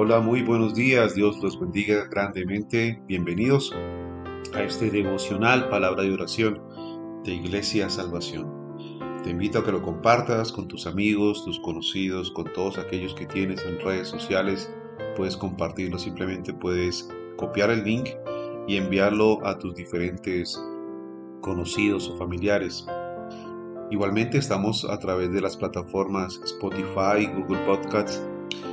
Hola, muy buenos días. Dios los bendiga grandemente. Bienvenidos a este devocional Palabra de Oración de Iglesia Salvación. Te invito a que lo compartas con tus amigos, tus conocidos, con todos aquellos que tienes en redes sociales. Puedes compartirlo, simplemente puedes copiar el link y enviarlo a tus diferentes conocidos o familiares. Igualmente estamos a través de las plataformas Spotify, Google Podcasts,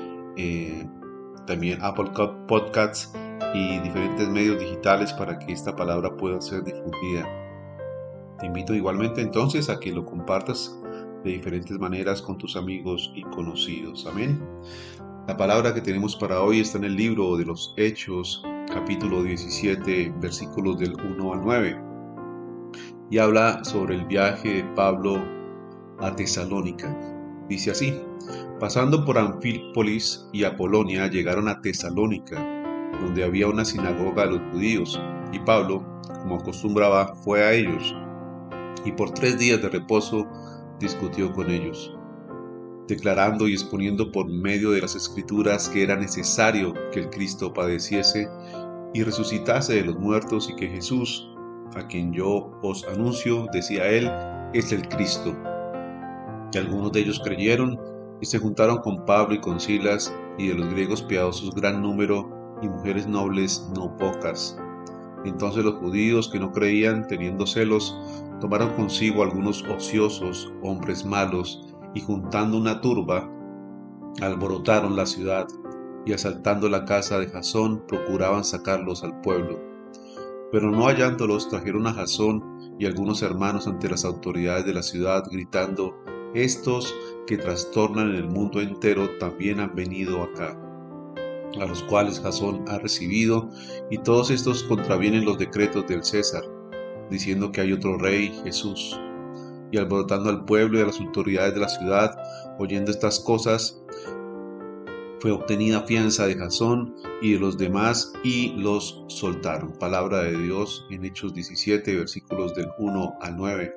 también Apple Podcasts y diferentes medios digitales para que esta palabra pueda ser difundida. Te invito igualmente entonces a que lo compartas de diferentes maneras con tus amigos y conocidos. Amén. La palabra que tenemos para hoy está en el libro de los Hechos, capítulo 17, versículos del 1 al 9. Y habla sobre el viaje de Pablo a Tesalónica. Dice así: pasando por Anfípolis y Apolonia, llegaron a Tesalónica, donde había una sinagoga de los judíos, y Pablo, como acostumbraba, fue a ellos, y por 3 días de reposo discutió con ellos, declarando y exponiendo por medio de las Escrituras que era necesario que el Cristo padeciese y resucitase de los muertos, y que Jesús, a quien yo os anuncio, decía él, es el Cristo. Y algunos de ellos creyeron y se juntaron con Pablo y con Silas, y de los griegos piadosos gran número, y mujeres nobles no pocas. Entonces los judíos que no creían, teniendo celos, tomaron consigo algunos ociosos, hombres malos, y juntando una turba, alborotaron la ciudad, y asaltando la casa de Jasón, procuraban sacarlos al pueblo. Pero no hallándolos, trajeron a Jasón y algunos hermanos ante las autoridades de la ciudad, gritando: estos que trastornan el mundo entero también han venido acá, a los cuales Jasón ha recibido, y todos estos contravienen los decretos del César, diciendo que hay otro rey, Jesús. Y alborotando al pueblo y a las autoridades de la ciudad, oyendo estas cosas, fue obtenida fianza de Jasón y de los demás, y los soltaron. Palabra de Dios en Hechos 17, versículos del 1 al 9.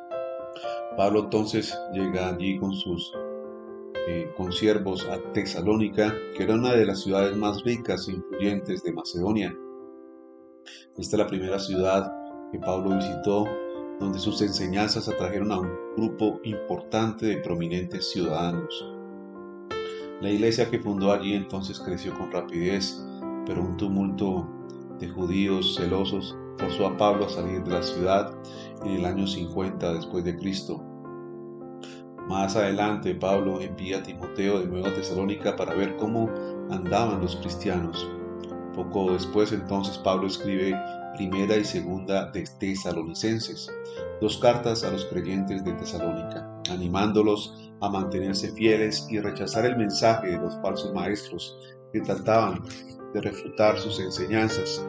Pablo entonces llega allí con sus consiervos a Tesalónica, que era una de las ciudades más ricas e influyentes de Macedonia. Esta es la primera ciudad que Pablo visitó, donde sus enseñanzas atrajeron a un grupo importante de prominentes ciudadanos. La iglesia que fundó allí entonces creció con rapidez, pero un tumulto de judíos celosos forzó a Pablo a salir de la ciudad en el año 50 después de Cristo. Más adelante, Pablo envía a Timoteo de nuevo a Tesalónica para ver cómo andaban los cristianos. Poco después, entonces, Pablo escribe Primera y Segunda de Tesalonicenses, 2 cartas a los creyentes de Tesalónica, animándolos a mantenerse fieles y rechazar el mensaje de los falsos maestros que trataban de refutar sus enseñanzas.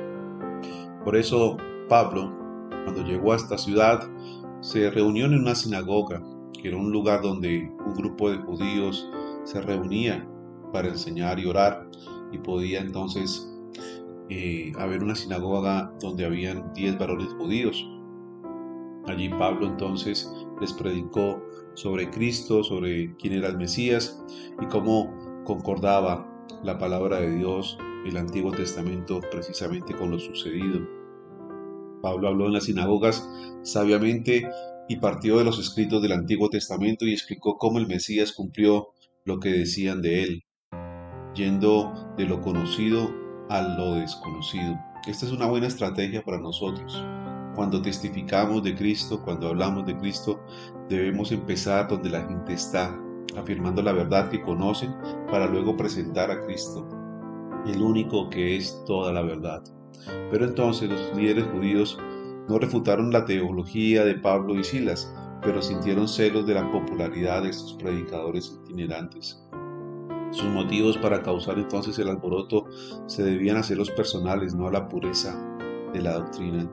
Por eso, Pablo, cuando llegó a esta ciudad, se reunió en una sinagoga, que era un lugar donde un grupo de judíos se reunía para enseñar y orar, y podía entonces haber una sinagoga donde habían 10 varones judíos. Allí Pablo entonces les predicó sobre Cristo, sobre quién era el Mesías y cómo concordaba la palabra de Dios, el Antiguo Testamento, precisamente con lo sucedido. Pablo habló en las sinagogas sabiamente y partió de los escritos del Antiguo Testamento y explicó cómo el Mesías cumplió lo que decían de él, yendo de lo conocido a lo desconocido. Esta es una buena estrategia para nosotros. Cuando testificamos de Cristo, cuando hablamos de Cristo, debemos empezar donde la gente está, afirmando la verdad que conocen para luego presentar a Cristo, el único que es toda la verdad. Pero entonces los líderes judíos no refutaron la teología de Pablo y Silas, pero sintieron celos de la popularidad de estos predicadores itinerantes. Sus motivos para causar entonces el alboroto se debían a celos personales, no a la pureza de la doctrina.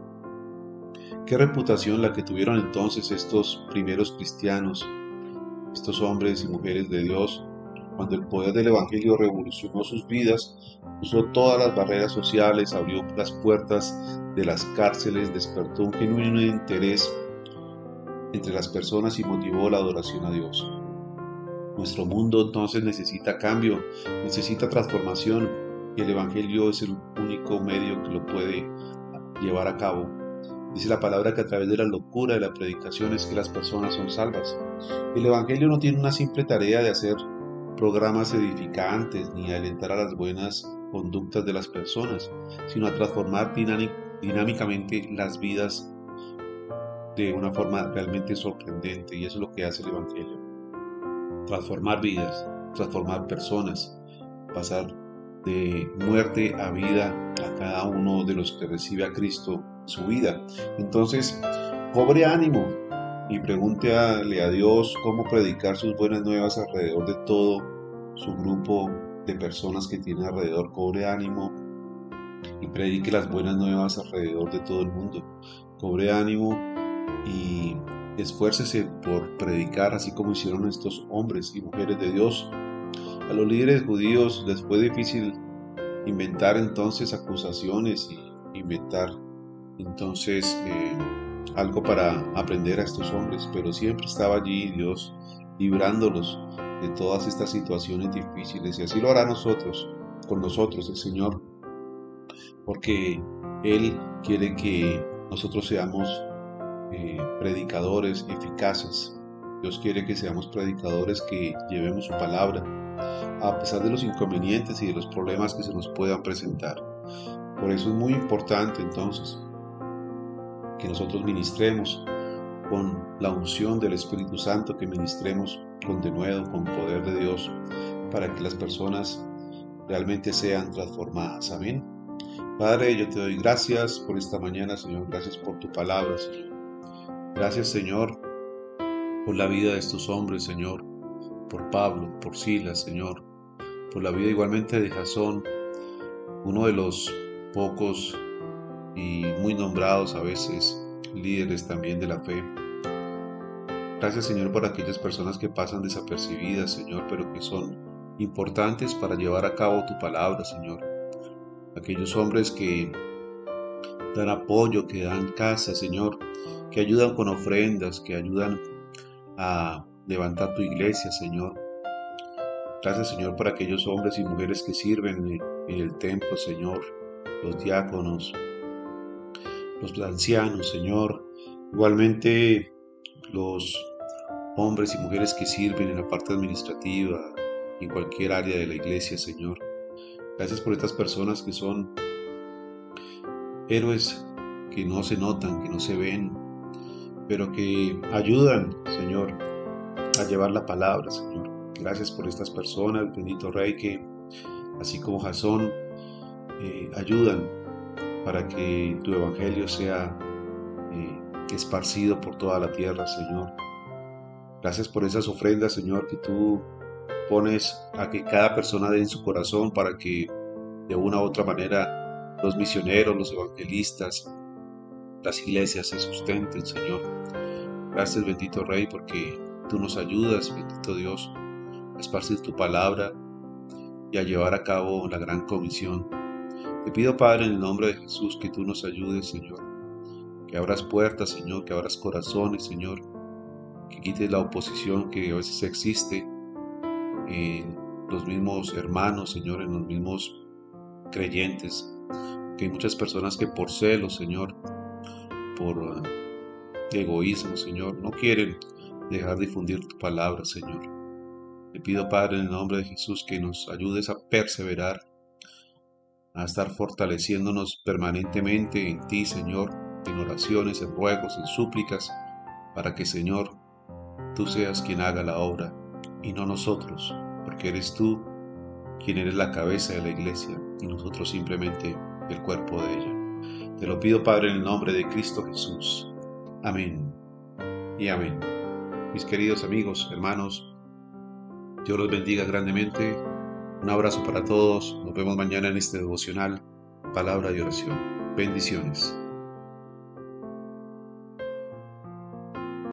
Qué reputación la que tuvieron entonces estos primeros cristianos, estos hombres y mujeres de Dios, cuando el poder del Evangelio revolucionó sus vidas, usó todas las barreras sociales, abrió las puertas de las cárceles, despertó un genuino interés entre las personas y motivó la adoración a Dios. Nuestro mundo entonces necesita cambio, necesita transformación y el Evangelio es el único medio que lo puede llevar a cabo. Dice la palabra que a través de la locura de la predicación es que las personas son salvas. El Evangelio no tiene una simple tarea de hacer programas edificantes ni alentar a las buenas conductas de las personas, sino a transformar dinámicamente las vidas de una forma realmente sorprendente, y eso es lo que hace el Evangelio. Transformar vidas, transformar personas, pasar de muerte a vida a cada uno de los que recibe a Cristo en su vida. Entonces, cobre ánimo y pregúntele a Dios cómo predicar sus buenas nuevas alrededor de todo su grupo de personas que tiene alrededor. Cobre ánimo y predique las buenas nuevas alrededor de todo el mundo. Cobre ánimo y esfuércese por predicar así como hicieron estos hombres y mujeres de Dios. A los líderes judíos les fue difícil inventar entonces acusaciones y inventar entonces algo para aprender a estos hombres, pero siempre estaba allí Dios librándolos de todas estas situaciones difíciles, y así lo hará con nosotros el Señor, porque Él quiere que nosotros seamos predicadores eficaces. Dios quiere que seamos predicadores que llevemos su palabra a pesar de los inconvenientes y de los problemas que se nos puedan presentar. Por eso es muy importante entonces que nosotros ministremos con la unción del Espíritu Santo, que ministremos con denuedo, con poder de Dios, para que las personas realmente sean transformadas. Amén. Padre, yo te doy gracias por esta mañana, Señor. Gracias por tu palabra, Señor. Gracias, Señor, por la vida de estos hombres, Señor, por Pablo, por Silas, Señor, por la vida igualmente de Jasón, uno de los pocos y muy nombrados a veces líderes también de la fe. Gracias, Señor, por aquellas personas que pasan desapercibidas, Señor, pero que son importantes para llevar a cabo tu palabra, Señor. Aquellos hombres que dan apoyo, que dan casa, Señor, que ayudan con ofrendas, que ayudan a levantar tu iglesia, Señor. Gracias, Señor, por aquellos hombres y mujeres que sirven en el templo, Señor, los diáconos, los ancianos, Señor, igualmente los hombres y mujeres que sirven en la parte administrativa y en cualquier área de la iglesia, Señor. Gracias por estas personas que son héroes, que no se notan, que no se ven, pero que ayudan, Señor, a llevar la palabra, Señor. Gracias por estas personas, bendito Rey, que así como Jasón ayudan para que tu evangelio sea esparcido por toda la tierra, Señor. Gracias por esas ofrendas, Señor, que tú pones a que cada persona dé en su corazón para que de una u otra manera los misioneros, los evangelistas, las iglesias se sustenten, Señor. Gracias, bendito Rey, porque tú nos ayudas, bendito Dios, a esparcir tu palabra y a llevar a cabo la gran comisión. Te pido, Padre, en el nombre de Jesús, que tú nos ayudes, Señor, que abras puertas, Señor, que abras corazones, Señor, que quites la oposición que a veces existe en los mismos hermanos, Señor, en los mismos creyentes, que hay muchas personas que por celos, Señor, por egoísmo, Señor, no quieren dejar difundir tu palabra, Señor. Te pido, Padre, en el nombre de Jesús, que nos ayudes a perseverar, a estar fortaleciéndonos permanentemente en ti, Señor, en oraciones, en ruegos, en súplicas, para que, Señor, tú seas quien haga la obra y no nosotros, porque eres tú quien eres la cabeza de la iglesia y nosotros simplemente el cuerpo de ella. Te lo pido, Padre, en el nombre de Cristo Jesús. Amén y amén. Mis queridos amigos, hermanos, Dios los bendiga grandemente. Un abrazo para todos. Nos vemos mañana en este devocional, palabra de oración. Bendiciones.